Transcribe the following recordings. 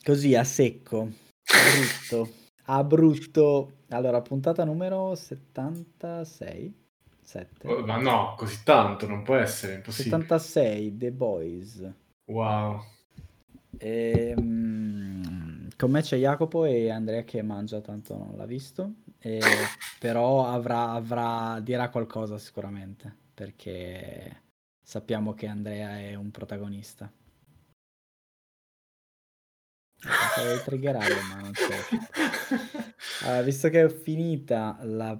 così a secco, brutto, a brutto. Allora, puntata numero 76? 7? Ma no, così tanto, non può essere, impossibile. 76, The Boys. Wow. Con me c'è Jacopo e Andrea che mangia, tanto non l'ha visto, però dirà qualcosa sicuramente, perché sappiamo che Andrea è un protagonista. Pensavo di triggerarlo, ma non ce l'ho riuscito. Allora, visto che è finita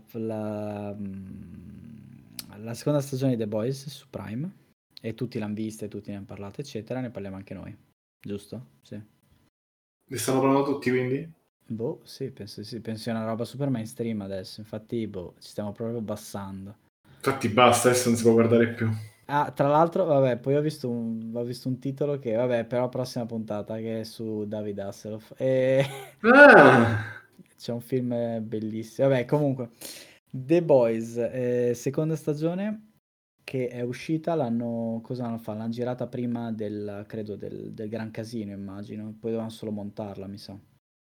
la seconda stagione di The Boys su Prime, e tutti l'hanno vista e tutti ne hanno parlato, eccetera, ne parliamo anche noi, giusto? Sì. Ne stanno parlando tutti, quindi? Boh, sì, penso sia una roba super mainstream adesso, infatti, boh, ci stiamo proprio abbassando. Infatti basta, adesso non si può guardare più. Ah, tra l'altro, vabbè, poi ho visto un titolo che, vabbè, però prossima puntata, che è su David Hasselhoff, e Ah! c'è un film bellissimo, vabbè, comunque, The Boys, seconda stagione, che è uscita, cosa l'hanno fatto? L'hanno girata prima credo, del Gran Casino, immagino, poi dovevano solo montarla, mi sa.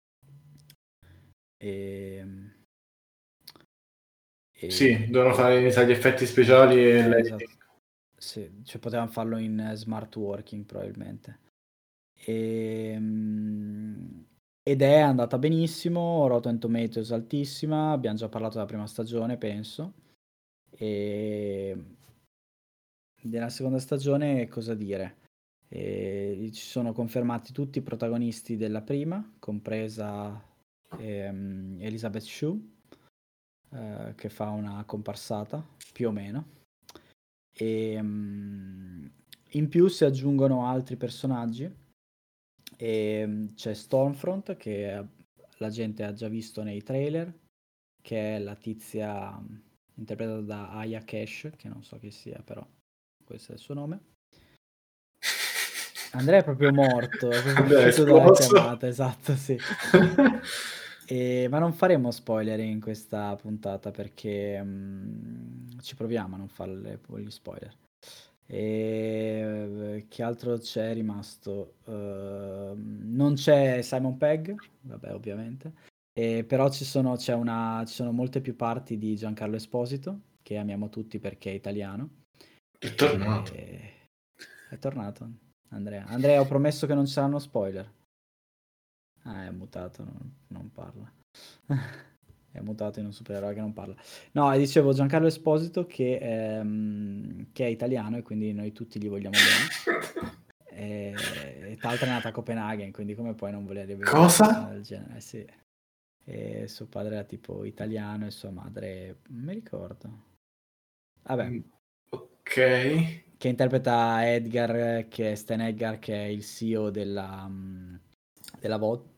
E... Sì, E, devono fare gli effetti speciali e esatto. l'editing. Sì, cioè potevano farlo in smart working probabilmente. Ed è andata benissimo, Rotten Tomatoes altissima, abbiamo già parlato della prima stagione, penso. E della seconda stagione cosa dire? Ci sono confermati tutti i protagonisti della prima, compresa Elizabeth Shue, che fa una comparsata, più o meno. In più si aggiungono altri personaggi. C'è Stormfront che la gente ha già visto nei trailer, che è la tizia interpretata da Aya Cash, che non so chi sia, però questo è il suo nome. Andrea è proprio morto, è proprio Vabbè, è uscito dalla esploso. chiamata, esatto, sì. Ma non faremo spoiler in questa puntata perché ci proviamo a non fare gli spoiler. E che altro c'è rimasto? Non c'è Simon Pegg, vabbè, ovviamente. Però ci sono molte più parti di Giancarlo Esposito, che amiamo tutti perché è italiano. È tornato. È tornato Andrea. Andrea, ho promesso che non ci saranno spoiler. Ah, è mutato, non parla. È mutato in un supereroe che non parla. No, e dicevo Giancarlo Esposito che è italiano e quindi noi tutti gli vogliamo bene. E tra l'altro è nato a Copenaghen, quindi come puoi non volergli bene una persona Cosa? del genere? Sì. E suo padre era tipo italiano e sua madre, non mi ricordo. Vabbè, Ok. che interpreta Edgar, che è Stan Edgar, che è il CEO della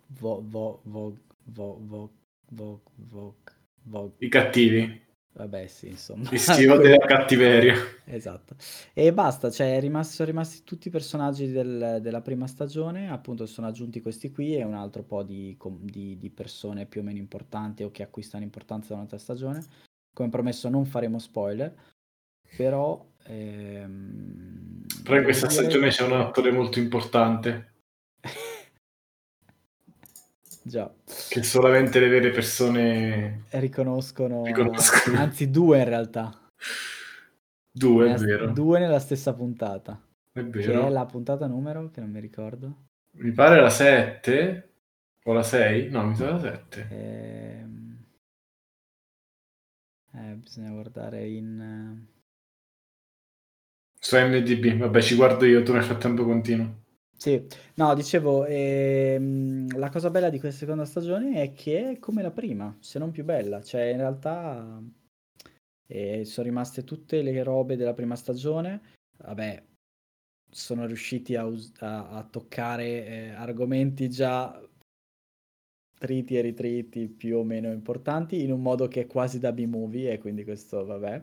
Vogue. I cattivi. Vabbè, sì, insomma, Il CEO quel- della cattiveria. esatto. E basta, cioè sono rimasti tutti i personaggi della prima stagione, appunto sono aggiunti questi qui e un altro po' di persone più o meno importanti o che acquistano importanza da un'altra stagione. Come promesso non faremo spoiler, però Però in devo questa dire stagione c'è un attore molto importante già, che solamente le vere persone riconoscono, riconoscono. anzi due in realtà, Due, è vero. due nella stessa puntata, È che è vero. la puntata numero che non mi ricordo. Mi pare la 7 o la 6? No, mi sa la 7. Ehm, bisogna guardare in... Su IMDb, vabbè, ci guardo io, tu nel frattempo continua. Sì, no, dicevo, la cosa bella di questa seconda stagione è che è come la prima, se non più bella, cioè in realtà sono rimaste tutte le robe della prima stagione, vabbè, sono riusciti a toccare argomenti già triti e ritriti più o meno importanti in un modo che è quasi da B-movie e quindi questo vabbè.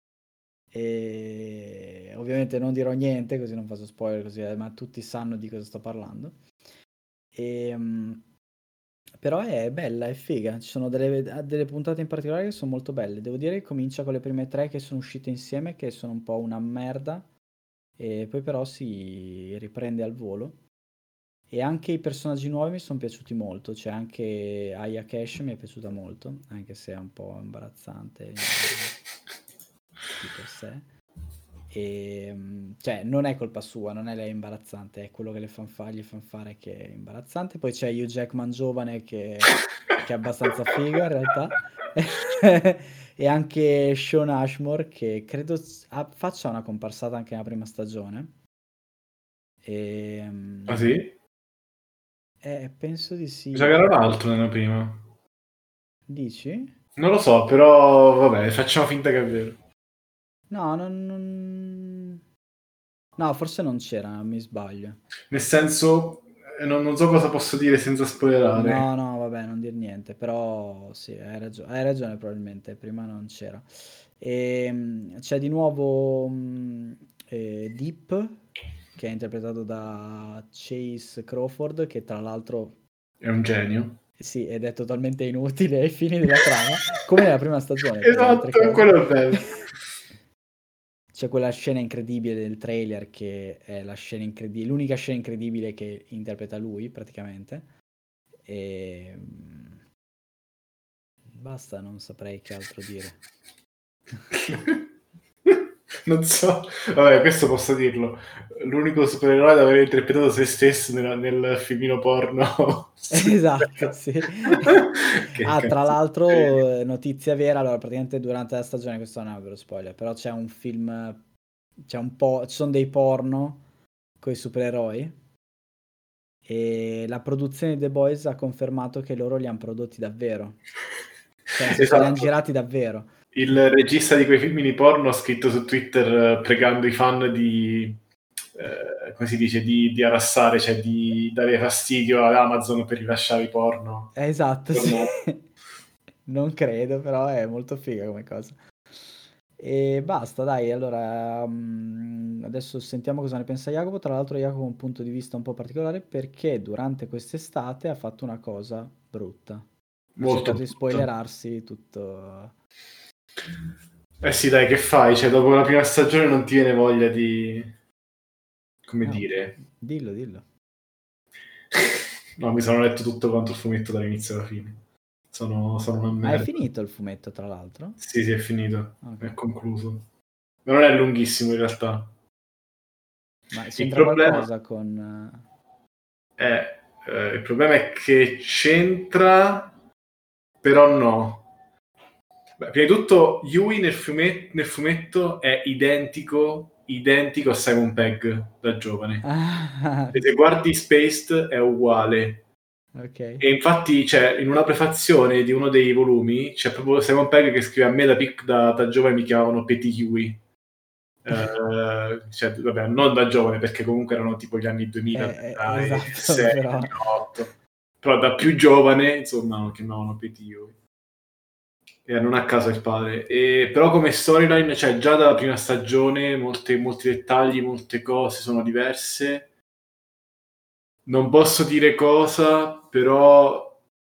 E ovviamente non dirò niente così non faccio spoiler così, ma tutti sanno di cosa sto parlando. E, però è bella, è figa, ci sono delle puntate in particolare che sono molto belle. Devo dire che comincia con le prime tre che sono uscite insieme, che sono un po' una merda, e poi però si riprende al volo. E anche i personaggi nuovi mi sono piaciuti molto, cioè anche Aya Cash mi è piaciuta molto, anche se è un po' imbarazzante di per sé. E, cioè, non è colpa sua, non è lei imbarazzante, è quello che gli fan fare che è imbarazzante. Poi c'è Hugh Jackman giovane che è abbastanza figo in realtà. E anche Sean Ashmore che credo faccia una comparsata anche nella prima stagione. E, Ah sì? penso di Mi sa sì. che era l'altro nella prima. Dici? Non lo so, però vabbè, facciamo finta che è vero. No, no, forse non c'era, mi sbaglio. Nel senso, non so cosa posso dire senza spoilerare. No, vabbè, non dir niente, però sì, hai ragione probabilmente, prima non c'era. C'è di nuovo Deep, che è interpretato da Chase Crawford, che tra l'altro, È un genio. sì, ed è totalmente inutile ai fini della trama, come nella prima stagione, però, ti Esatto, ricordi? quello è bello. C'è quella scena incredibile del trailer che è la scena l'unica scena incredibile che interpreta lui praticamente. E basta, non saprei che altro dire. Non so, vabbè, questo posso dirlo. L'unico supereroe ad aver interpretato se stesso nel filmino porno. Esatto, sì. Che Ah, tra cazzo. l'altro, notizia vera, allora praticamente durante la stagione, questo non è un vero spoiler, però c'è un film, c'è un po', ci sono dei porno con i supereroi e la produzione di The Boys ha confermato che loro li hanno prodotti davvero, cioè nel senso li hanno Esatto. girati davvero. Il regista di quei filmini porno ha scritto su Twitter pregando i fan di, come si dice, di arrassare, cioè di dare fastidio ad Amazon per rilasciare i porno. Esatto, sì. Tornato. Non credo, però è molto figa come cosa. E basta, dai, allora adesso sentiamo cosa ne pensa Jacopo. Tra l'altro Jacopo ha un punto di vista un po' particolare perché durante quest'estate ha fatto una cosa brutta. Ha Molto cercato di brutto. spoilerarsi tutto. Eh sì, dai, che fai? Cioè, dopo la prima stagione non ti viene voglia di... come No, dire... dillo. No, mi sono letto tutto quanto il fumetto dall'inizio alla fine. Sono una Ma è merda. finito il fumetto, tra l'altro? Sì, è finito. Ok. È concluso. Ma non è lunghissimo in realtà. Ma Il c'entra problema qualcosa con... il problema è che c'entra, però no. Beh, prima di tutto, Yui nel fumetto è identico a Simon Pegg da giovane. Ah, E se guardi Spaced è uguale. ok. E infatti, cioè, in una prefazione di uno dei volumi c'è proprio Simon Pegg che scrive: a me da giovane mi chiamavano Petit Yui. Cioè, vabbè, non da giovane perché comunque erano tipo gli anni 2000, Esatto, 2006, però... 2008, però da più giovane insomma lo chiamavano Petit Yui, e non a caso il padre. Però come storyline, cioè già dalla prima stagione molti dettagli, molte cose sono diverse. Non posso dire cosa, però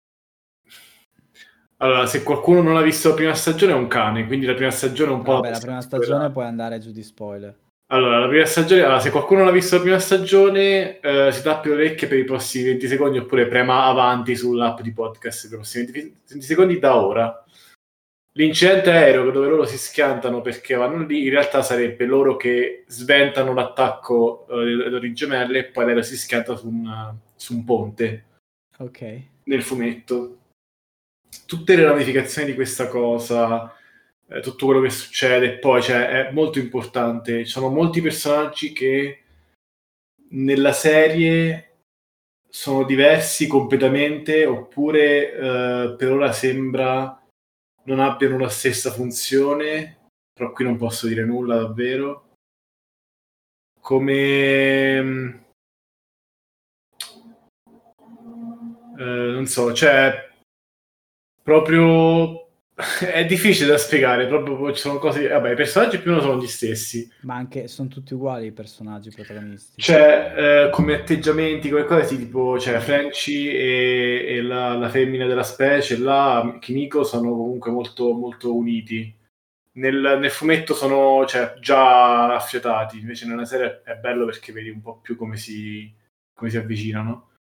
allora, se qualcuno non ha visto la prima stagione è un cane, quindi la prima stagione un po' la Vabbè, la possiamo prima stagione spoilerare. puoi andare giù di spoiler. Allora, la prima stagione, se qualcuno non ha visto la prima stagione, si tappi le orecchie per i prossimi 20 secondi oppure prema avanti sull'app di podcast per i prossimi 20 secondi da ora. L'incidente aereo dove loro si schiantano perché vanno lì, in realtà sarebbe loro che sventano l'attacco delle Torri Gemelle e poi l'aereo si schianta su un ponte Ok. nel fumetto. Tutte le ramificazioni di questa cosa, tutto quello che succede, poi cioè, è molto importante. Ci sono molti personaggi che nella serie sono diversi completamente, oppure per ora sembra non abbiano la stessa funzione, però qui non posso dire nulla davvero. Come non so, cioè proprio è difficile da spiegare, proprio ci sono cose, vabbè, i personaggi più o meno sono gli stessi. Ma anche sono tutti uguali i personaggi protagonisti. Cioè, come atteggiamenti, come cose, sì, tipo, cioè, Frenchy e la femmina della specie, là, Kimiko, sono comunque molto, molto uniti. Nel fumetto sono, cioè, già affiatati, invece nella serie è bello perché vedi un po' più come si avvicinano.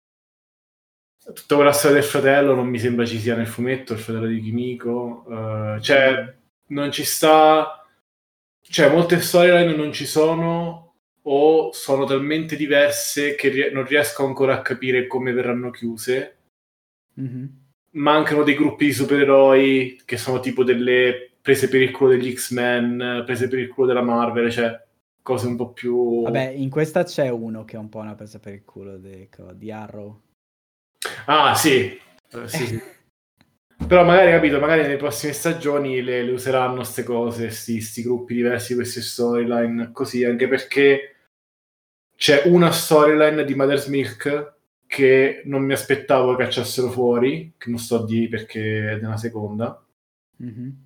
tutta quella storia del fratello non mi sembra ci sia nel fumetto, il fratello di Kimiko. Cioè, non ci sta... Cioè, molte storyline non ci sono o sono talmente diverse che non riesco ancora a capire come verranno chiuse. Mhm. Mancano dei gruppi di supereroi che sono tipo delle prese per il culo degli X-Men, prese per il culo della Marvel, cioè cose un po' più... Vabbè, in questa c'è uno che è un po' una presa per il culo di Arrow. Ah, sì. Sì, sì. Però magari, capito, magari nelle prossime stagioni le useranno queste cose, sti gruppi diversi, queste storyline, così, anche perché c'è una storyline di Mother's Milk che non mi aspettavo che cacciassero fuori, che non sto a dire perché è nella seconda, Mhm.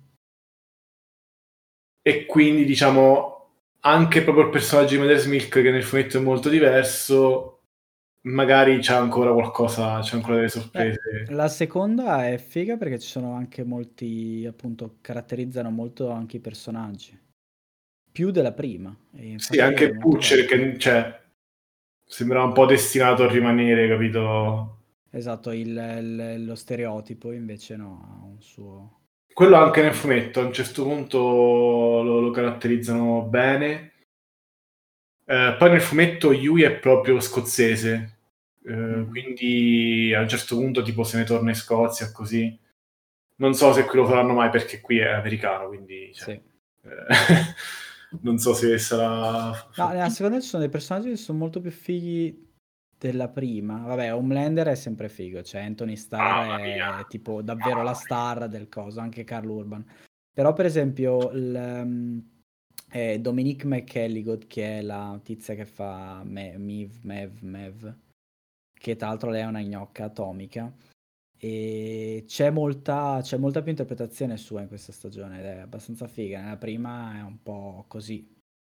e quindi diciamo anche proprio il personaggio di Mother's Milk, che nel fumetto è molto diverso, magari c'è ancora qualcosa, c'è ancora delle sorprese. La seconda è figa perché ci sono anche molti, appunto, caratterizzano molto anche i personaggi. Più della prima. E Sì, infatti è anche molto Butcher bello. che cioè, sembra un po' destinato a rimanere, capito? Esatto, lo stereotipo invece no, ha un suo... Quello anche nel fumetto, a un certo punto lo caratterizzano bene. Poi nel fumetto Yui è proprio scozzese, quindi a un certo punto tipo se ne torna in Scozia, così. Non so se qui lo faranno mai perché qui è americano, quindi cioè, Sì. non so se sarà No, nella fattibile. seconda ci sono dei personaggi che sono molto più fighi della prima. Vabbè, Homelander è sempre figo, cioè Anthony Starr Mamma mia. è tipo davvero la star del coso, anche Carl Urban. Però per esempio Dominique McElligott, che è la tizia che fa Mev, che tra l'altro lei è una gnocca atomica, e c'è molta più interpretazione sua in questa stagione ed è abbastanza figa. Nella prima è un po' così,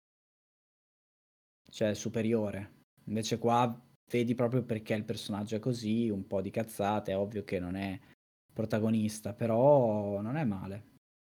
cioè superiore. Invece qua vedi proprio perché il personaggio è così, un po' di cazzate, è ovvio che non è protagonista, però non è male.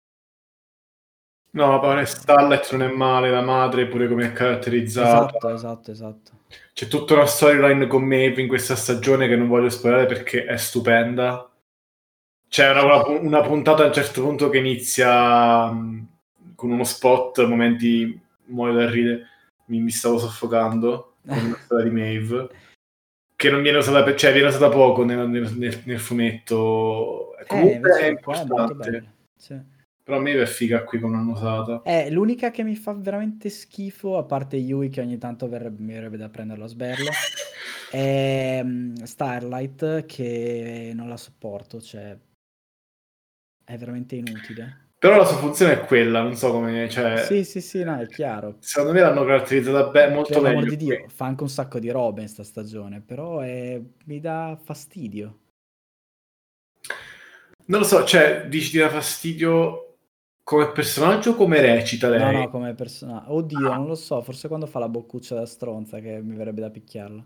No, Paolo Eh, Stallet non è male, la madre pure come è caratterizzata. esatto. C'è tutta una storyline con Maeve in questa stagione che non voglio spoilerare perché è stupenda. C'è una puntata a un certo punto che inizia con uno spot, momenti muoio da ridere, mi stavo soffocando con la storia di Maeve, che non viene usata, cioè viene usata poco nel fumetto. Comunque è Invece qua è molto importante, bello. Sì. però Maeve è figa qui come l'hanno usata. È l'unica che mi fa veramente schifo, a parte Yui che ogni tanto mi verrebbe da prenderlo a sberle, è Starlight che non la sopporto, cioè è veramente inutile. Però la sua funzione è quella, non so come, cioè, Sì, no, è chiaro. secondo me l'hanno caratterizzata molto Per l'amor meglio di qui. Dio, fa anche un sacco di robe in sta stagione, però mi dà fastidio. Non lo so, cioè, dici ti dà fastidio come personaggio o come recita No, lei? come personaggio. Oddio, non lo so, forse quando fa la boccuccia da stronza che mi verrebbe da picchiarla.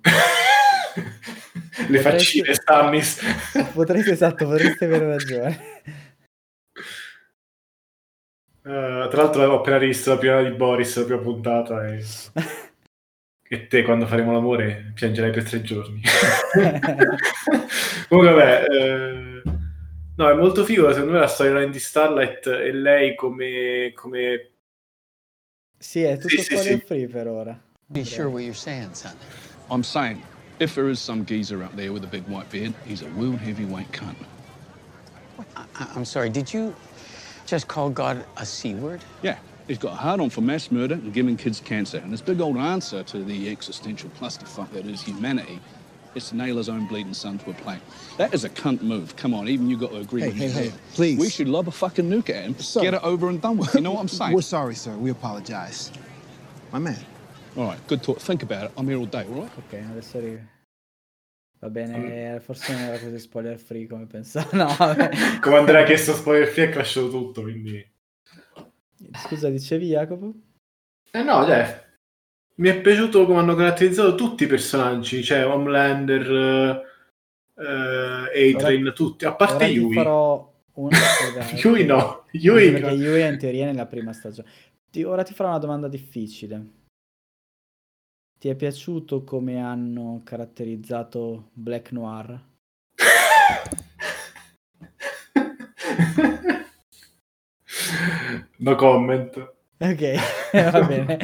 Le Potresti, faccine, Stannis. potresti avere ragione. Tra l'altro ho appena visto la prima di Boris, la prima puntata, e te quando faremo l'amore piangerai per 3 giorni. Comunque vabbè, no, è molto figo, secondo me la storyline di Starlight e lei come... Sì, è Sì, tutto sì, spoiler sì. free per ora. Be Andrea. sure what you're saying, son. I'm saying, if there is some geezer out there with a big white beard, he's a world heavyweight cunt. I'm sorry, did you just call God a C word? Yeah, he's got a hard-on for mass murder and giving kids cancer. And his big old answer to the existential clusterfuck that is humanity is to nail his own bleeding son to a plate. That is a cunt move. Come on, even you got to agree with me. Hey, please. We should lob a fucking nuke at him, Sir. get it over and done with. You know what I'm saying? We're sorry, sir. We apologize. My man. All right, good talk. Think about it. I'm here all day, all right? Ok, adesso va bene, forse non era così spoiler free come pensavo. No, vabbè. Come Andrea ha chiesto spoiler free, è crashato tutto, quindi... Scusa, dicevi Jacopo? No, dai, mi è piaciuto come hanno caratterizzato tutti i personaggi, cioè Homelander, A-Train, tutti, a parte Ora ti Yui. farò un... Esatto. Yui no, Anche Yui perché Yui è in teoria nella prima stagione. Ora ti farò una domanda difficile. Ti è piaciuto come hanno caratterizzato Black Noir? No comment. Ok, va bene.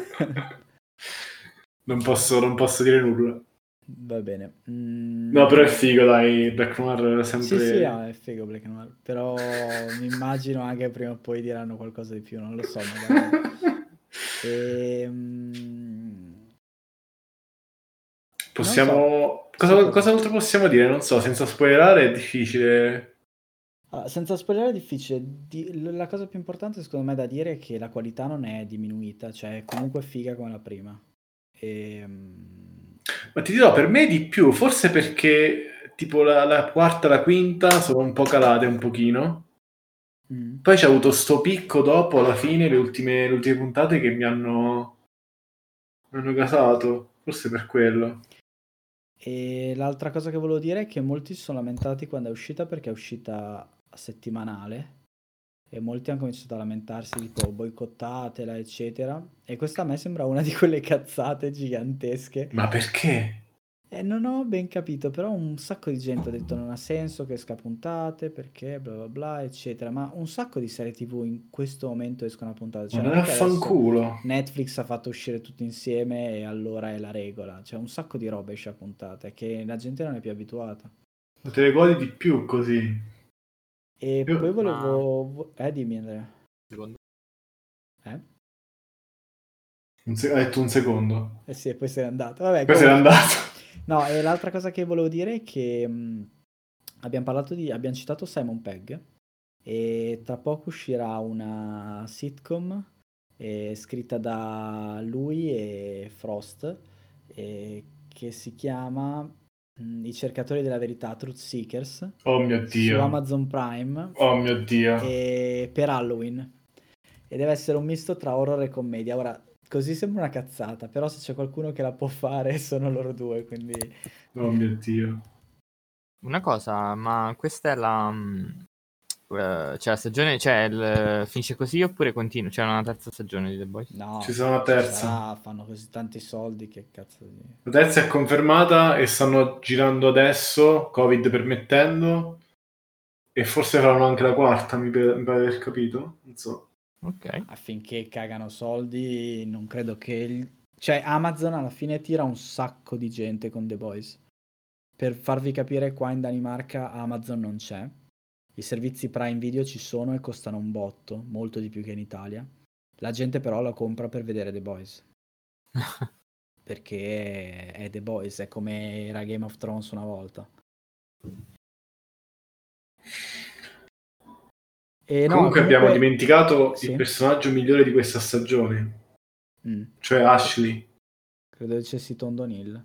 Non posso dire nulla. Va bene. No, però è figo, dai. Black Noir è sempre... Sì, no, è figo Black Noir, però mi immagino anche prima o poi diranno qualcosa di più, non lo so, magari. Possiamo... Non so. Cosa altro possiamo dire? Non so, senza spoilerare è difficile. Allora, senza spoilerare è difficile. La cosa più importante secondo me da dire è che la qualità non è diminuita, cioè è comunque figa come la prima. Ma ti dirò, per me di più, forse perché tipo la quarta e la quinta sono un po' calate un pochino. Poi c'è avuto sto picco dopo, alla fine, le ultime puntate che mi hanno gasato. Forse per quello. E l'altra cosa che volevo dire è che molti si sono lamentati quando è uscita perché è uscita settimanale e molti hanno cominciato a lamentarsi tipo boicottatela eccetera, e questa a me sembra una di quelle cazzate gigantesche. Ma perché? Non ho ben capito, però un sacco di gente ha detto non ha senso che esca a puntate perché bla bla bla eccetera, ma un sacco di serie TV in questo momento escono a puntate, cioè Ma non non è che adesso affanculo. Netflix ha fatto uscire tutti insieme e allora è la regola, cioè un sacco di roba esce a puntate che la gente non è più abituata. Te le godi di più così. E Io- poi volevo... dimmi Andrea. Secondo Ha detto un secondo. Eh sì, e poi sei andato. Vabbè, Poi se n'è comunque... andato. No, e l'altra cosa che volevo dire è che abbiamo citato Simon Pegg e tra poco uscirà una sitcom scritta da lui e Frost che si chiama I cercatori della verità, Truth Seekers, Oh mio su Dio. Amazon Prime Oh mio Dio. per Halloween, e deve essere un misto tra horror e commedia. Ora, così sembra una cazzata, però se c'è qualcuno che la può fare sono loro due, quindi... Oh mio Dio. una cosa, ma questa è cioè la stagione, cioè finisce così oppure continua? C'è una terza stagione di The Boys? No, Ci sono una terza. sarà, fanno così tanti soldi che cazzo di... La terza è confermata e stanno girando adesso, Covid permettendo, e forse faranno anche la quarta, mi pare di aver capito. Non so. Ok. Affinché cagano soldi, non credo che... Cioè, Amazon alla fine tira un sacco di gente con The Boys. Per farvi capire, qua in Danimarca Amazon non c'è. I servizi Prime Video ci sono e costano un botto, molto di più che in Italia. La gente però la compra per vedere The Boys. Perché è The Boys, è come era Game of Thrones una volta. E no, Comunque abbiamo dimenticato sì? il personaggio migliore di questa stagione, cioè Ashley. Credo dicessi Tondo Neal.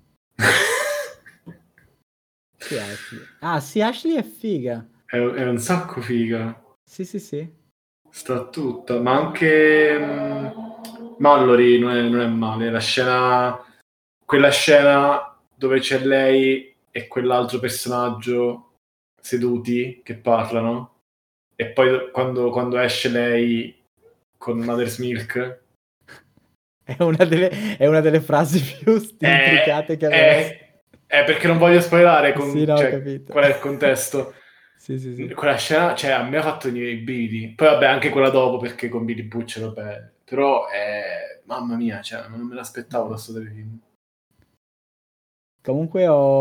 Sì, Ashley. Ah, sì, Ashley è figa. È un sacco figa. Sì, sì, sì. Sta tutta, ma anche Mallory non è male. Quella scena dove c'è lei e quell'altro personaggio seduti che parlano, e poi quando esce lei con Mother's Milk, È una delle frasi più intricate che avrei. perché non voglio spoilerare Sì, no, ho cioè, capito. qual è il contesto. Sì, sì, sì. Quella scena, cioè, a me ha fatto venire i brividi. Poi vabbè, anche quella dopo, perché con Billy Butcher, vabbè. Però mamma mia, cioè, non me l'aspettavo da sto telefilm. Comunque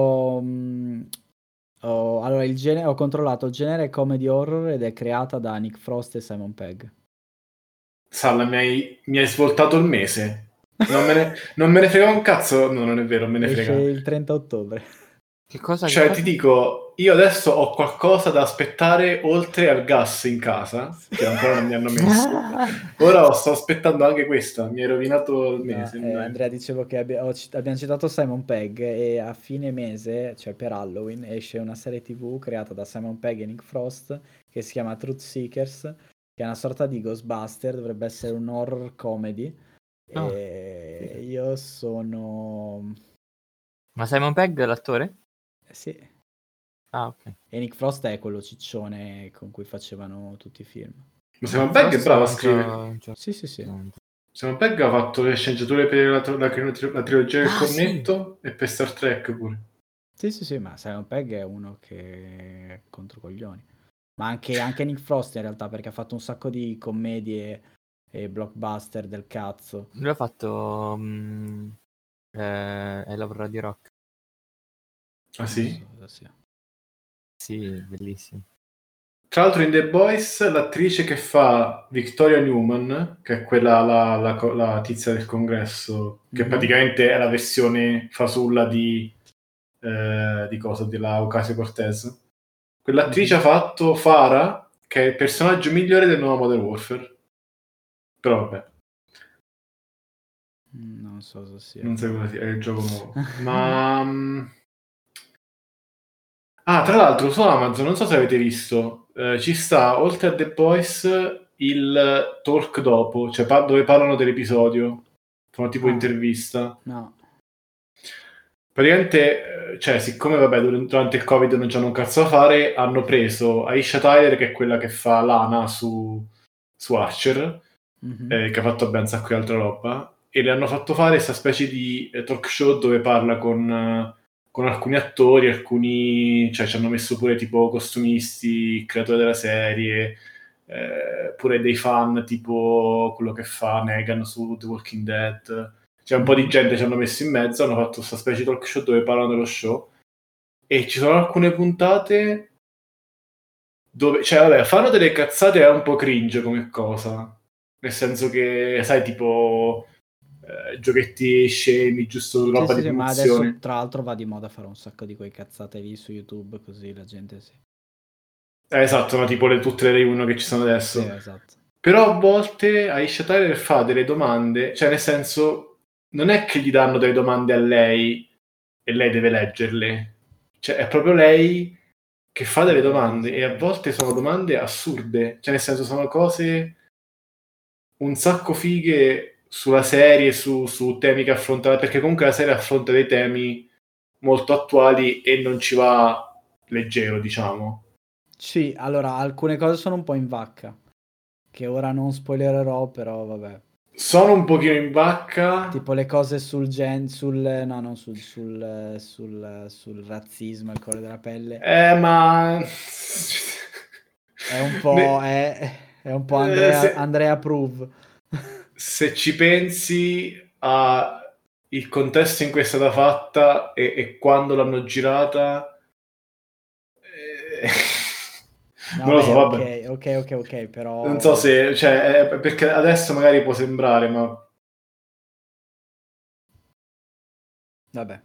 allora, ho controllato il genere comedy horror ed è creata da Nick Frost e Simon Pegg. Salla, mi hai svoltato il mese. Non me ne frega un cazzo. No, non è vero, me ne Esce frega. il 30 ottobre. Che cosa? Cioè, ti dico, io adesso ho qualcosa da aspettare oltre al gas in casa, che ancora non mi hanno messo. Ora sto aspettando anche questa, mi hai rovinato il mese. No, Andrea, dicevo che abbiamo citato Simon Pegg e a fine mese, cioè per Halloween, esce una serie TV creata da Simon Pegg e Nick Frost che si chiama Truth Seekers, che è una sorta di Ghostbuster, dovrebbe essere un horror comedy. Oh. E io sono... Ma Simon Pegg è l'attore? Sì. Ah, ok. E Nick Frost è quello ciccione con cui facevano tutti i film. Ma Simon Pegg è bravo a scrivere. Sì, sì, sì. Simon Pegg ha fatto le sceneggiature per la trilogia del Ah, Cornetto e per Star Trek pure. Sì, ma Simon Pegg è uno che è contro coglioni. Ma anche Nick Frost in realtà, perché ha fatto un sacco di commedie e blockbuster del cazzo. Lui ha fatto I Love Radio Rock. Ah Non sì? so cosa sia. Sì, bellissimo. Tra l'altro in The Boys l'attrice che fa Victoria Newman, che è quella la tizia del congresso, che Mhm. praticamente è la versione fasulla di cosa? Della Ocasio-Cortez. Quell'attrice ha fatto Farah, che è il personaggio migliore del nuovo Modern Warfare. Però vabbè, Non so cosa sia. non so cosa sia, è il gioco nuovo. Ma... Ah, tra l'altro su Amazon, non so se avete visto, ci sta, oltre a The Boys, il talk dopo, cioè dove parlano dell'episodio, fanno tipo Ah. intervista. No. Praticamente, cioè, siccome vabbè, durante il Covid non c'hanno un cazzo da fare, hanno preso Aisha Tyler, che è quella che fa Lana su Archer, Mhm. che ha fatto ben un sacco di altra roba, e le hanno fatto fare questa specie di talk show dove parla con alcuni attori, cioè ci hanno messo pure tipo costumisti, il creatore della serie, pure dei fan tipo quello che fa Negan su The Walking Dead. C'è un po' di gente ci hanno messo in mezzo, hanno fatto questa specie di talk show dove parlano dello show, e ci sono alcune puntate dove, cioè vabbè, fanno delle cazzate, è un po' cringe come cosa, nel senso che, sai, tipo giochetti scemi, giusto roba di Sì, ma adesso promozione. tra l'altro va di moda fare un sacco di quei cazzate lì su YouTube, così la gente sì. Esatto, no, tipo tutte le Rai 1 che ci sono adesso. Sì, esatto. Però a volte Aisha Tyler fa delle domande, cioè nel senso, non è che gli danno delle domande a lei e lei deve leggerle, cioè è proprio lei che fa delle domande, e a volte sono domande assurde, cioè nel senso sono cose un sacco fighe sulla serie, su temi che affronta, perché comunque la serie affronta dei temi molto attuali e non ci va leggero, diciamo. Sì, allora alcune cose sono un po' in vacca, che ora non spoilererò, però vabbè. Sono un pochino in vacca. Tipo le cose sul no, non sul razzismo, il colore della pelle. Ma... È un po', è un po' Andrea Prove. Se ci pensi a il contesto in cui è stata fatta e quando l'hanno girata, No, non lo so, beh, vabbè. ok, però... Non so se, cioè, perché adesso magari può sembrare, ma Vabbè.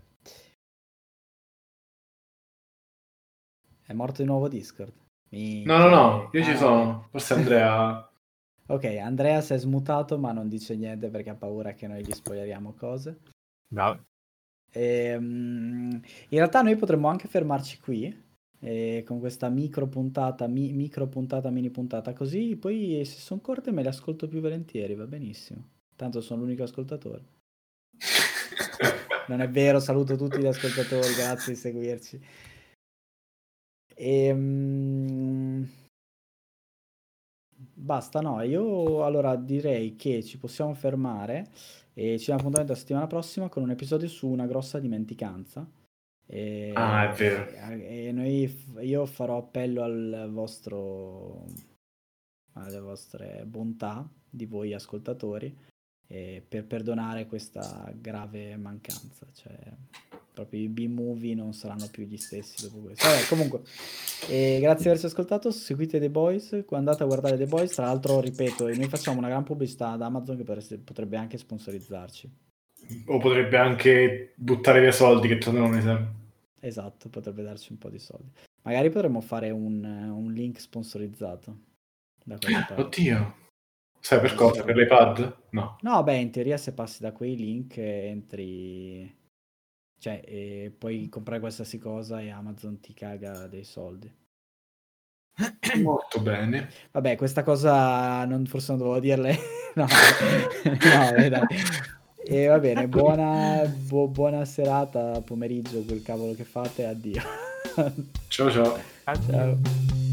È morto di nuovo Discord. no, io ci Ah, sono. ok. Forse Andrea... Ok, Andrea si è smutato ma non dice niente perché ha paura che noi gli spoileriamo cose. Bravo. In realtà noi potremmo anche fermarci qui con questa mini puntata, così poi se sono corte me le ascolto più volentieri, va benissimo. Tanto sono l'unico ascoltatore. Non è vero, saluto tutti gli ascoltatori, grazie di seguirci. Basta, no, io allora direi che ci possiamo fermare e ci diamo appuntamento la settimana prossima con un episodio su una grossa dimenticanza. Ah, è vero. Io farò appello alle vostre bontà di voi ascoltatori per perdonare questa grave mancanza. Cioè, proprio i B-movie non saranno più gli stessi dopo questo. Vabbè, comunque, grazie di averci ascoltato. Seguite The Boys, andate a guardare The Boys. Tra l'altro, ripeto, noi facciamo una gran pubblicità ad Amazon che potrebbe anche sponsorizzarci. O potrebbe anche buttare via soldi che tornano nei server. Esatto, potrebbe darci un po' di soldi. Magari potremmo fare un link sponsorizzato da quelle parti. Oddio. Sai per Non cosa? so. Per l'iPad? No. No, beh, in teoria se passi da quei link entri... Cioè, puoi comprare qualsiasi cosa e Amazon ti caga dei soldi. Molto bene. Vabbè, questa cosa forse non dovevo dirle. No, no, dai. E va bene, buona serata, pomeriggio, quel cavolo che fate, addio. Ciao ciao. Ciao.